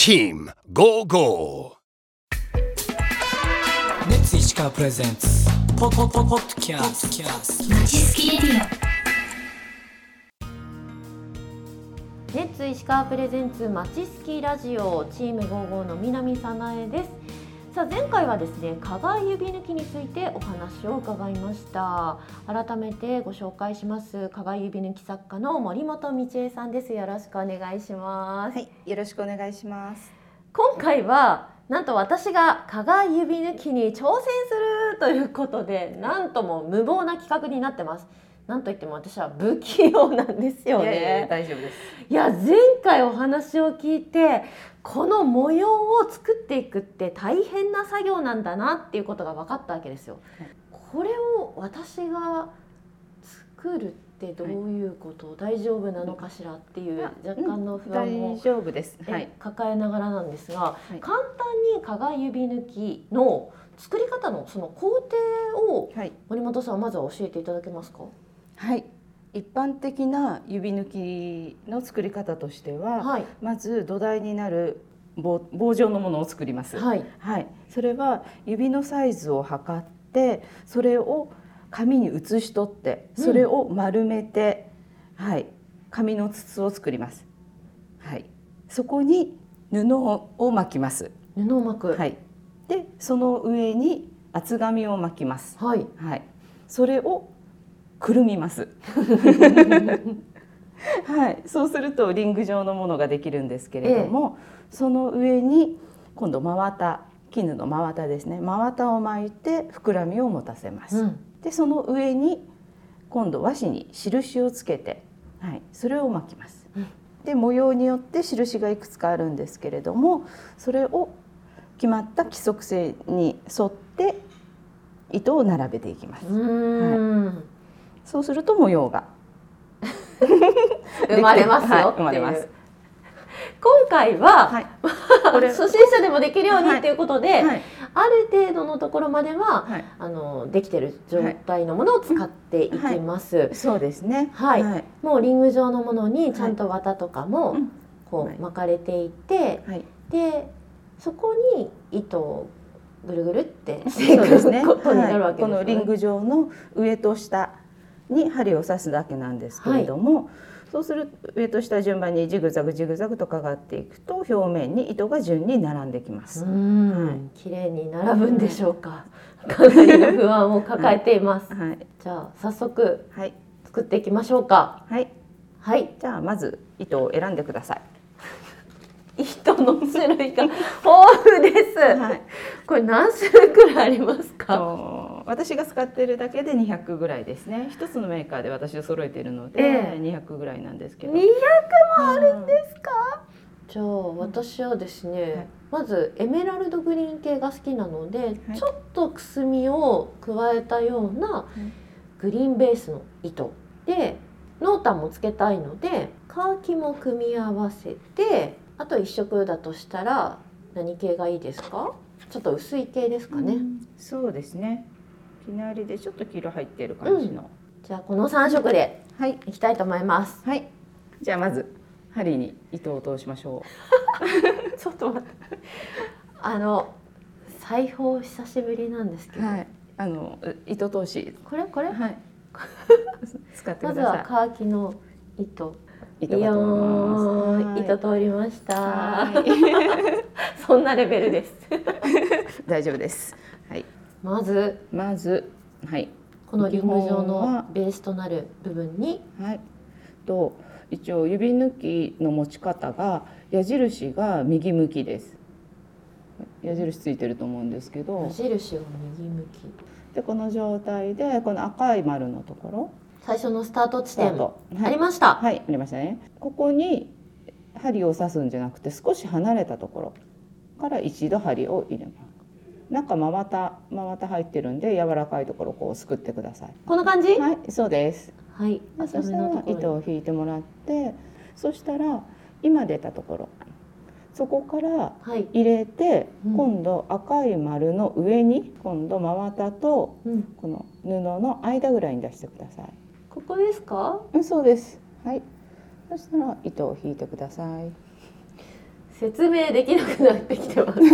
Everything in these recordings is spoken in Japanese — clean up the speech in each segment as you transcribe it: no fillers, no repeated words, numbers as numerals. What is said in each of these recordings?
Team Go Go レッツ石川プレゼンツポッドキャストまちすきレディオ。 レッツ石川プレゼンツまちすきラジオチーム55の南早苗です。さあ前回はですね、加賀指抜きについてお話を伺いました。改めてご紹介します。加賀指抜き作家の森本道恵さんです。よろしくお願いします。 はい、よろしくお願いします。 今回はなんと私が加賀指抜きに挑戦するということで、なんとも無謀な企画になってます。なんといっても私は不器用なんですよね。 いやいや大丈夫です。 いや前回お話を聞いて、この模様を作っていくって大変な作業なんだなっていうことが分かったわけですよ。 はい、 これを私が作るってどういうこと、大丈夫なのかしらっていう若干の不安も、 大丈夫です。はい、 抱えながらなんですが、 はい、 簡単に加賀指抜きの作り方のその工程を森本さんまずは教えていただけますか？ はい、一般的な指抜きの作り方としては、はい、まず土台になる棒状のものを作ります。はいはい、それは指のサイズを測って、それを紙に写し取って、それを丸めて、はい、紙の筒を作ります。はい、そこに布を巻きます。 布を巻く。はい、 でその上に厚紙を巻きます。はいはい、それをくるみます。はい、そうするとリング状のものができるんですけれども、その上に今度真綿、絹の真綿ですね、真綿を巻いて膨らみを持たせます。でその上に今度和紙に印をつけて、はい、それを巻きます。で模様によって印がいくつかあるんですけれども、それを決まった規則性に沿って糸を並べていきます。はい、そうすると模様が生まれますよっていう、はい、生まれます。今回は、はい、初心者でもできるようにっていうことで、はいはい、ある程度のところまでは、はい、できてる状態のものを使っていきます。はい、 そうですね。 はい。はい、もうリング状のものにちゃんと綿とかもこう巻かれていて、はい、でそこに糸をぐるぐるってしていくことになるわけですね。 このリング状の上と下に針を刺すだけなんですけれども、はい、そうする上と下順番にジグザグジグザグとかかっていくと、表面に糸が順に並んできます。 はい、綺麗に並ぶんでしょうか。かなりの不安を抱えています。はいはい、じゃあ早速、はい、作っていきましょうか。はい、 はい、じゃあまず糸を選んでください。 糸の種類が豊富です。はい、これ何種類くらいありますか？ 私が使っているだけで200ぐらいですね。一つのメーカーで私を揃えているので、200ぐらいなんですけど。 200もあるんですか？じゃあ私はですね、まずエメラルドグリーン系が好きなので、ちょっとくすみを加えたようなグリーンベースの糸で、濃淡もつけたいのでカーキも組み合わせて、あと1色だとしたら何系がいいですか？ちょっと薄い系ですかね。 そうですね。きなりでちょっと黄色入っている感じの。 じゃあこの3色でいきたいと思います。 はい。じゃあまず針に糸を通しましょう。ちょっと待って。裁縫久しぶりなんですけど。はい。 糸通し。 これ？はい。 使ってください。 まずはカーキの糸。糸通りました。そんなレベルです。 大丈夫です。はい。 まず、 はい。 このリング状のベースとなる部分に、 はい。一応指抜きの持ち方が矢印が右向きです。矢印ついてると思うんですけど。 矢印が右向き。 でこの状態でこの赤い丸のところ。 最初のスタート地点ありました。 はい、ありましたね。ここに針を刺すんじゃなくて、少し離れたところから一度針を入れます。中真綿入ってるんで、柔らかいところをこうすくってください。 こんな感じ？ はい、そうです。 はい。 そしたら糸を引いてもらって、そしたら今出たところ、そこから入れて、今度赤い丸の上に今度真綿とこの布の間ぐらいに出してください。 ここですか？ そうです。はい。そしたら糸を引いてください。 説明できなくなってきてます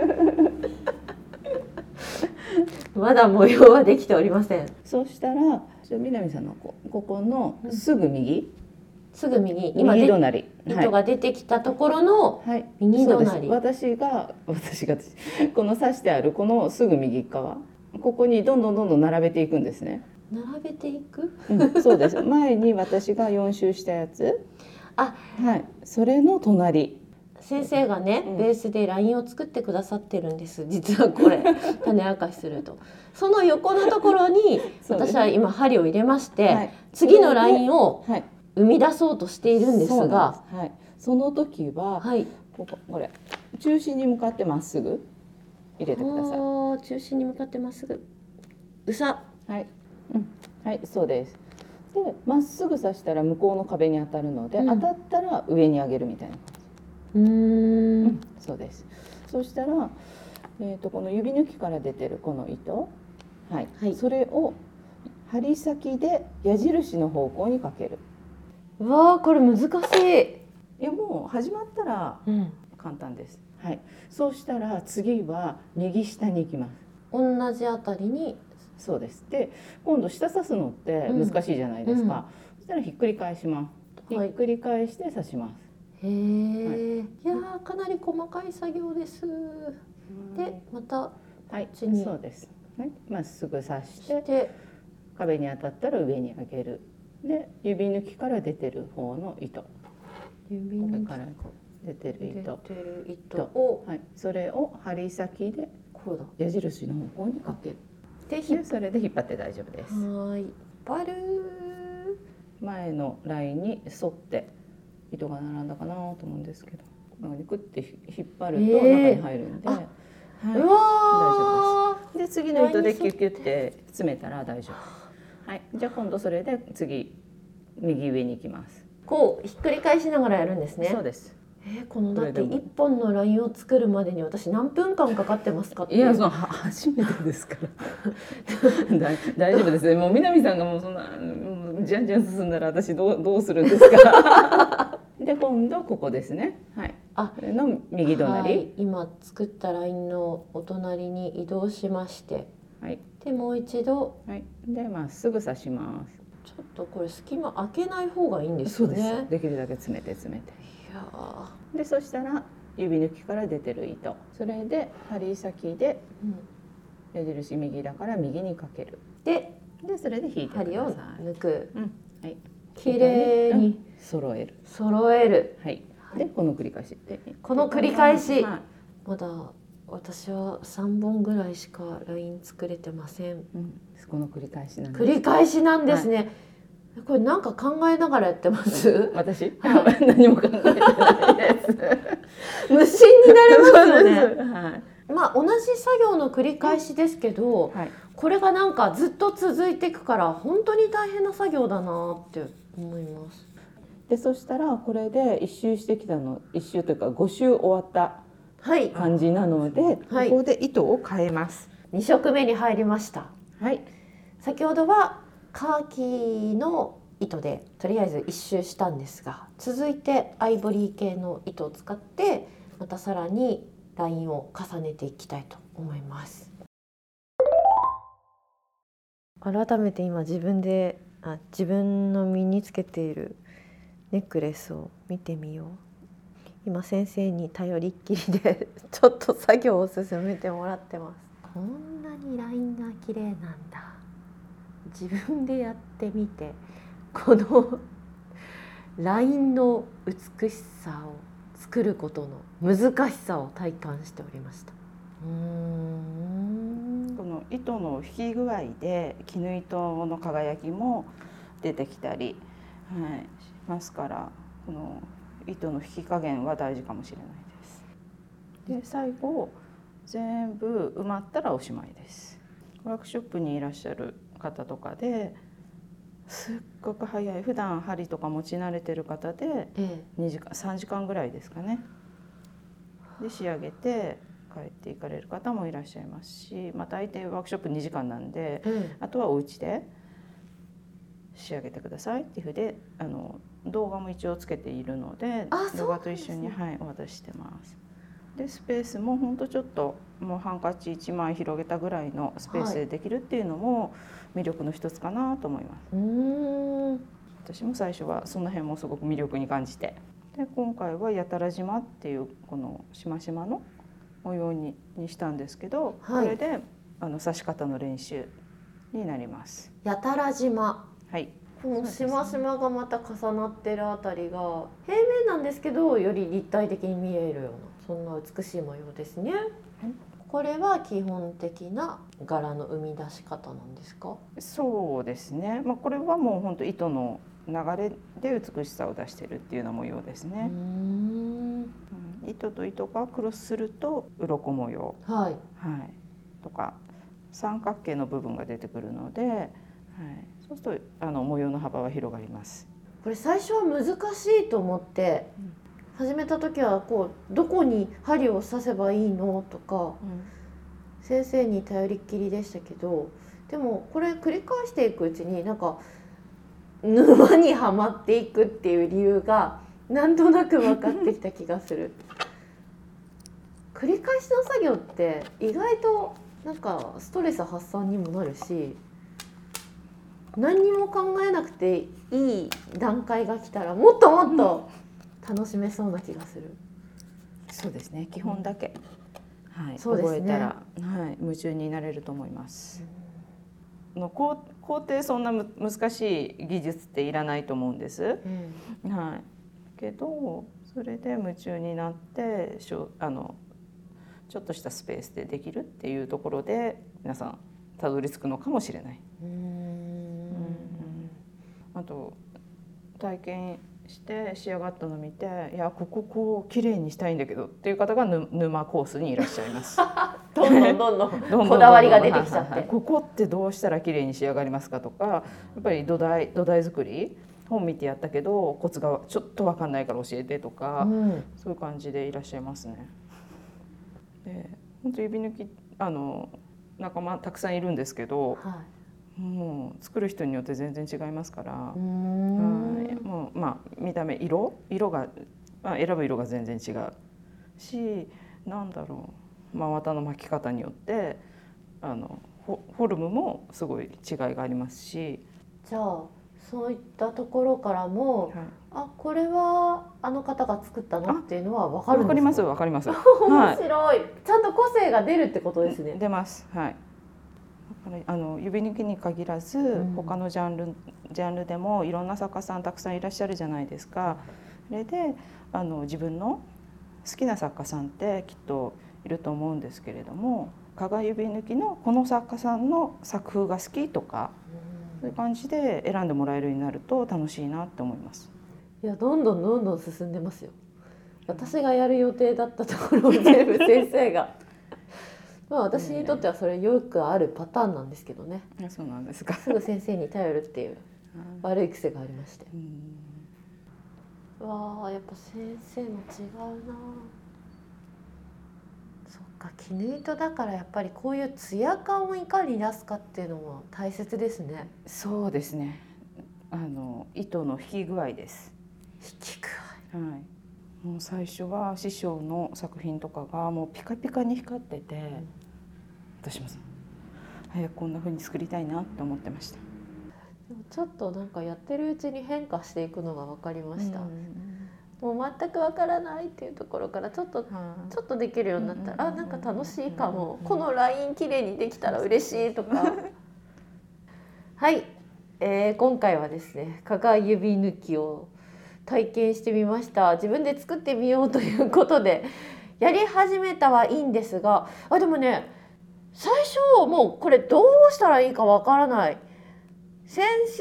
まだ模様はできておりません。 そうしたら南さんのここのすぐ右、 すぐ右、今右隣、 糸が出てきたところのはい、 右隣、 そうです。私がこの刺してあるこのすぐ右側、ここにどんどん並べていくんですね。 並べていく、 そうです。前に私が4周したやつ、 あ、 はい、それの隣。 先生がね、ベースでラインを作ってくださってるんです。実はこれ種明かしすると、その横のところに私は今針を入れまして、はい、次のラインを生み出そうとしているんですが、 はい、その時は、はい、これ中心に向かってまっすぐ入れてください。 中心に向かってまっすぐ、うさ、 はい、はい、そうです。でまっすぐ刺したら向こうの壁に当たるので、当たったら上に上げるみたいな感じ。そうです。そしたら、この指抜きから出てるこの糸、はい、はい、それを針先で矢印の方向にかける。 うわー、これ難しい。 いや、もう始まったら簡単です。はい。そうしたら次は右下に行きます。 同じあたりに。 そうです。で、今度下刺すのって難しいじゃないですか。そしたらひっくり返します。ひっくり返して刺します。 へえ、いやー、かなり細かい作業です。で、またこっちに、 そうです。はい、まっすぐ刺して壁に当たったら上に上げる。で、指抜きから出てる方の糸、 指抜きから出てる糸を、 はい、それを針先で矢印の方向にかける。で、それで引っ張って大丈夫です。 はい、引っ張る。 前のラインに沿って糸が並んだかなと思うんですけど、グッて引っ張ると中に入るんで、はい、大丈夫です。で、次の糸でキュッキュッて詰めたら大丈夫。はい、じゃあ今度それで次右上に行きます。 こうひっくり返しながらやるんですね。 そうです。 このだって一本のラインを作るまでに私何分間かかってますかって。 いや、その初めてですから大丈夫ですね。もう南さんがもうそんなじゃんじゃん進んだら私どうするんですかで、今度ここですね。はい。これの右隣、はい、 今作ったラインのお隣に移動しまして、はい、でもう一度、 はい、でまっすぐ刺します。 ちょっとこれ隙間開けない方がいいんですよね。 そうです。できるだけ詰めて。いやで、そしたら指抜きから出てる糸、それで針先で矢印右だから右にかける。でそれで引いてください。 針を抜く。 はい。 綺麗に揃える。はい。で、この繰り返し。 まだ私は3本ぐらいしかライン作れてません。 この繰り返しなんです。 繰り返しなんですね。はい、これなんか考えながらやってます？ 私？何も考えてないです。 無心になりますよね。はい。まあ同じ作業の繰り返しですけど、はい、これがなんかずっと続いていくから本当に大変な作業だなって思います。 で、そしたらこれで1周してきたの、1周というか5周終わった感じなので、はい、ここで糸を変えます。 2色目に入りました。はい。先ほどはカーキの糸でとりあえず1周したんですが、続いてアイボリー系の糸を使ってまたさらにラインを重ねていきたいと思います。改めて今自分の身につけているネックレスを見てみよう。今先生に頼りっきりでちょっと作業を進めてもらってます。こんなにラインが綺麗なんだ。自分でやってみてこのラインの美しさを作ることの難しさを体感しておりました。 この糸の引き具合で絹糸の輝きも出てきたり、はい、しますから、この糸の引き加減は大事かもしれないです。で、最後全部埋まったらおしまいです。ワークショップにいらっしゃる方とかですっごく早い、普段針とか持ち慣れてる方で2時間3時間ぐらいですかね、で仕上げて帰っていかれる方もいらっしゃいますし、まあ、大抵ワークショップ2時間なんで、あとはお家で仕上げてくださいっていうふうで動画も一応つけているので、動画と一緒に、はい、お渡ししてます。でスペースもほんとちょっともうハンカチ1枚広げたぐらいのスペースでできるっていうのも魅力の一つかなと思います。私も最初はその辺もすごく魅力に感じて、で今回はやたら島っていうこのしましまの模様にしたんですけど、これで刺し方の練習になります。 やたら島、 はい、 このしましまがまた重なってるあたりが平面なんですけどより立体的に見えるようなそんな美しい模様ですね。これは基本的な柄の生み出し方なんですか？ そうですね、これはもう本当糸の流れで美しさを出してるっていうような模様ですね。糸と糸がクロスすると鱗模様、はいとか三角形の部分が出てくるので、はい、そうすると模様の幅は広がります。 これ最初は難しいと思って始めた時はこうどこに針を刺せばいいのとか、先生に頼りっきりでしたけど、でもこれ繰り返していくうちになんか沼にはまっていくっていう理由がなんとなく分かってきた気がする。繰り返しの作業って意外となんかストレス発散にもなるし、何にも考えなくていい段階が来たらもっともっと楽しめそうな気がする。 そうですね、基本だけ、はい、 そうですね、 覚えたら、はい、夢中になれると思います。工程そんな難しい技術っていらないと思うんです、はい、けどそれで夢中になってちょっとしたスペースでできるっていうところで皆さんたどり着くのかもしれない。あと体験して仕上がったのを見て、いやこう綺麗にしたいんだけどっていう方が沼コースにいらっしゃいます。 どんどんこだわりが出てきちゃって、 ここってどうしたら綺麗に仕上がりますかとか、やっぱり土台作り本見てやったけどコツがちょっと分かんないから教えてとか、そういう感じでいらっしゃいますね。で本当指抜き仲間たくさんいるんですけど、もう作る人によって全然違いますから、もう見た目色が、選ぶ色が全然違うし、なんだろう、真綿の巻き方によってフォルムもすごい違いがありますし。 じゃあそういったところからも、これはあの方が作ったのっていうのは分かるんですか？ 分かります。 面白い、ちゃんと個性が出るってことですね。 出ます。はい。指抜きに限らず、他のジャンルでもいろんな作家さんたくさんいらっしゃるじゃないですか。それで自分の好きな作家さんってきっといると思うんですけれども、加賀指抜きのこの作家さんの作風が好きとか、そういう感じで選んでもらえるようになると楽しいなって思います。 いや、どんどん進んでますよ。私がやる予定だったところを全部先生が私にとってはそれよくあるパターンなんですけどね。 そうなんですか。 すぐ先生に頼るっていう悪い癖がありまして、わあ、やっぱ先生も違うな。そっか、絹糸だからやっぱりこういうツヤ感をいかに出すかっていうのも大切ですね。 そうですね、糸の引き具合です。 引き具合、 もう最初は師匠の作品とかがもうピカピカに光ってて、私も早くこんな風に作りたいなって思ってました。 でもちょっとなんかやってるうちに変化していくのが分かりました。もう全く分からないっていうところからちょっとできるようになったら、なんか楽しいかも、このラインきれいにできたら嬉しいとかはい、今回はですね、加賀指抜きを体験してみました。自分で作ってみようということでやり始めたはいいんですが、でもね、最初もうこれどうしたらいいかわからない、先生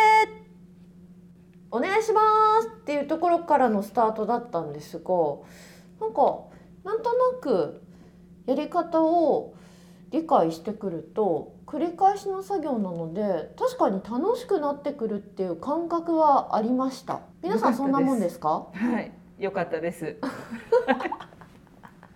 お願いしますっていうところからのスタートだったんですが、なんとなくやり方を理解してくると繰り返しの作業なので確かに楽しくなってくるっていう感覚はありました。皆さんそんなもんですか？ はい、良かったです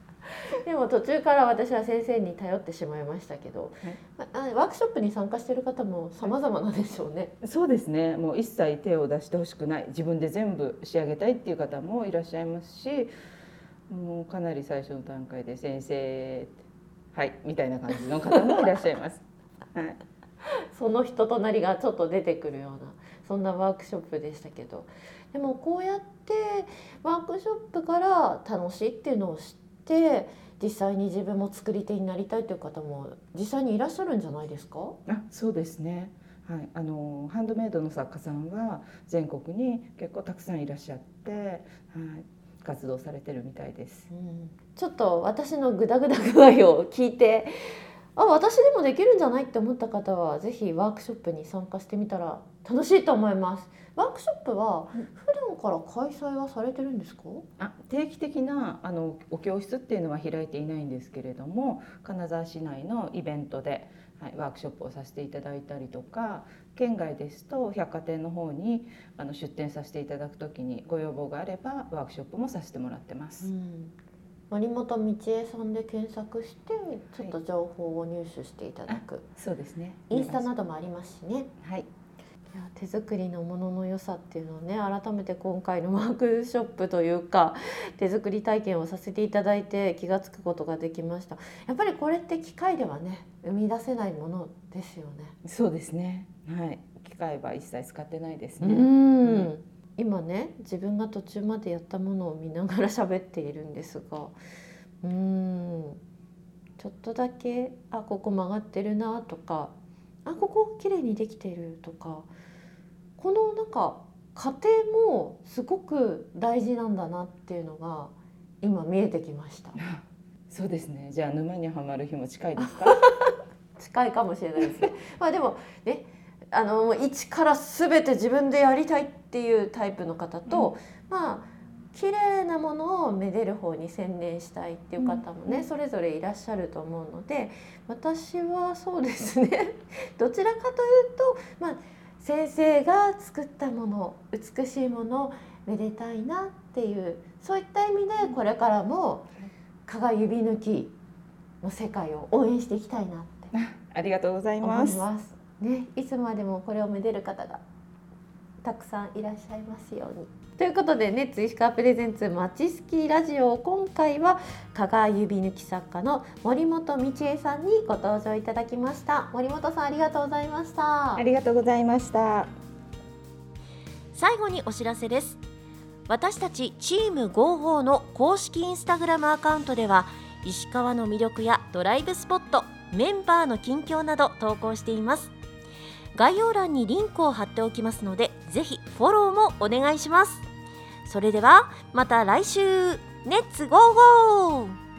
でも途中から私は先生に頼ってしまいましたけど、ワークショップに参加している方も様々なんでしょうね。 そうですね。もう一切手を出してほしくない、自分で全部仕上げたいっていう方もいらっしゃいますし、もうかなり最初の段階で先生はいみたいな感じの方もいらっしゃいます。はい、 その人となりがちょっと出てくるようなそんなワークショップでしたけど、でもこうやってワークショップから楽しいっていうのを知って実際に自分も作り手になりたいという方も実際にいらっしゃるんじゃないですか？ そうですね。はい、ハンドメイドの作家さんは全国に結構たくさんいらっしゃって、はい、活動されてるみたいです。 ちょっと私のグダグダ具合を聞いて、私でもできるんじゃないって思った方はぜひワークショップに参加してみたら楽しいと思います。ワークショップは普段から開催はされてるんですか？ 定期的なお教室っていうのは開いていないんですけれども、金沢市内のイベントで、ワークショップをさせていただいたりとか、県外ですと百貨店の方に出店させていただくときにご要望があればワークショップもさせてもらってます。 森本道恵さんで検索してちょっと情報を入手していただく、 そうですね。 インスタなどもありますしね。 はい。 いや、手作りのものの良さっていうのをね、改めて今回のワークショップというか手作り体験をさせていただいて気が付くことができました。やっぱりこれって機械ではね生み出せないものですよね。 そうですね。はい。機械は一切使ってないですね。 今ね、自分が途中までやったものを見ながら喋っているんですが、ちょっとだけここ曲がってるなとか、ここ綺麗にできてるとか、このなんか過程もすごく大事なんだなっていうのが今見えてきました。 そうですね。じゃあ沼にはまる日も近いですか？ 近いかもしれないですね。でもね、一から全て自分でやりたいっていうタイプの方と、綺麗なものをめでる方に専念したいっていう方もね、それぞれいらっしゃると思うので、私はそうですねどちらかというと、先生が作ったもの、美しいものをめでたいなっていう、そういった意味でこれからも加賀指抜きの世界を応援していきたいなってありがとうございます。 ね、いつまでもこれをめでる方がたくさんいらっしゃいますように。ということでね、石川プレゼンツまちすきラジオ、今回は加賀指抜き作家の森本道恵さんにご登場いただきました。森本さん、ありがとうございました。 ありがとうございました。 最後にお知らせです。私たちチーム55の公式インスタグラムアカウントでは、石川の魅力やドライブスポット、メンバーの近況など投稿しています。概要欄にリンクを貼っておきますので、ぜひフォローもお願いします。それではまた来週、レッツゴーゴー。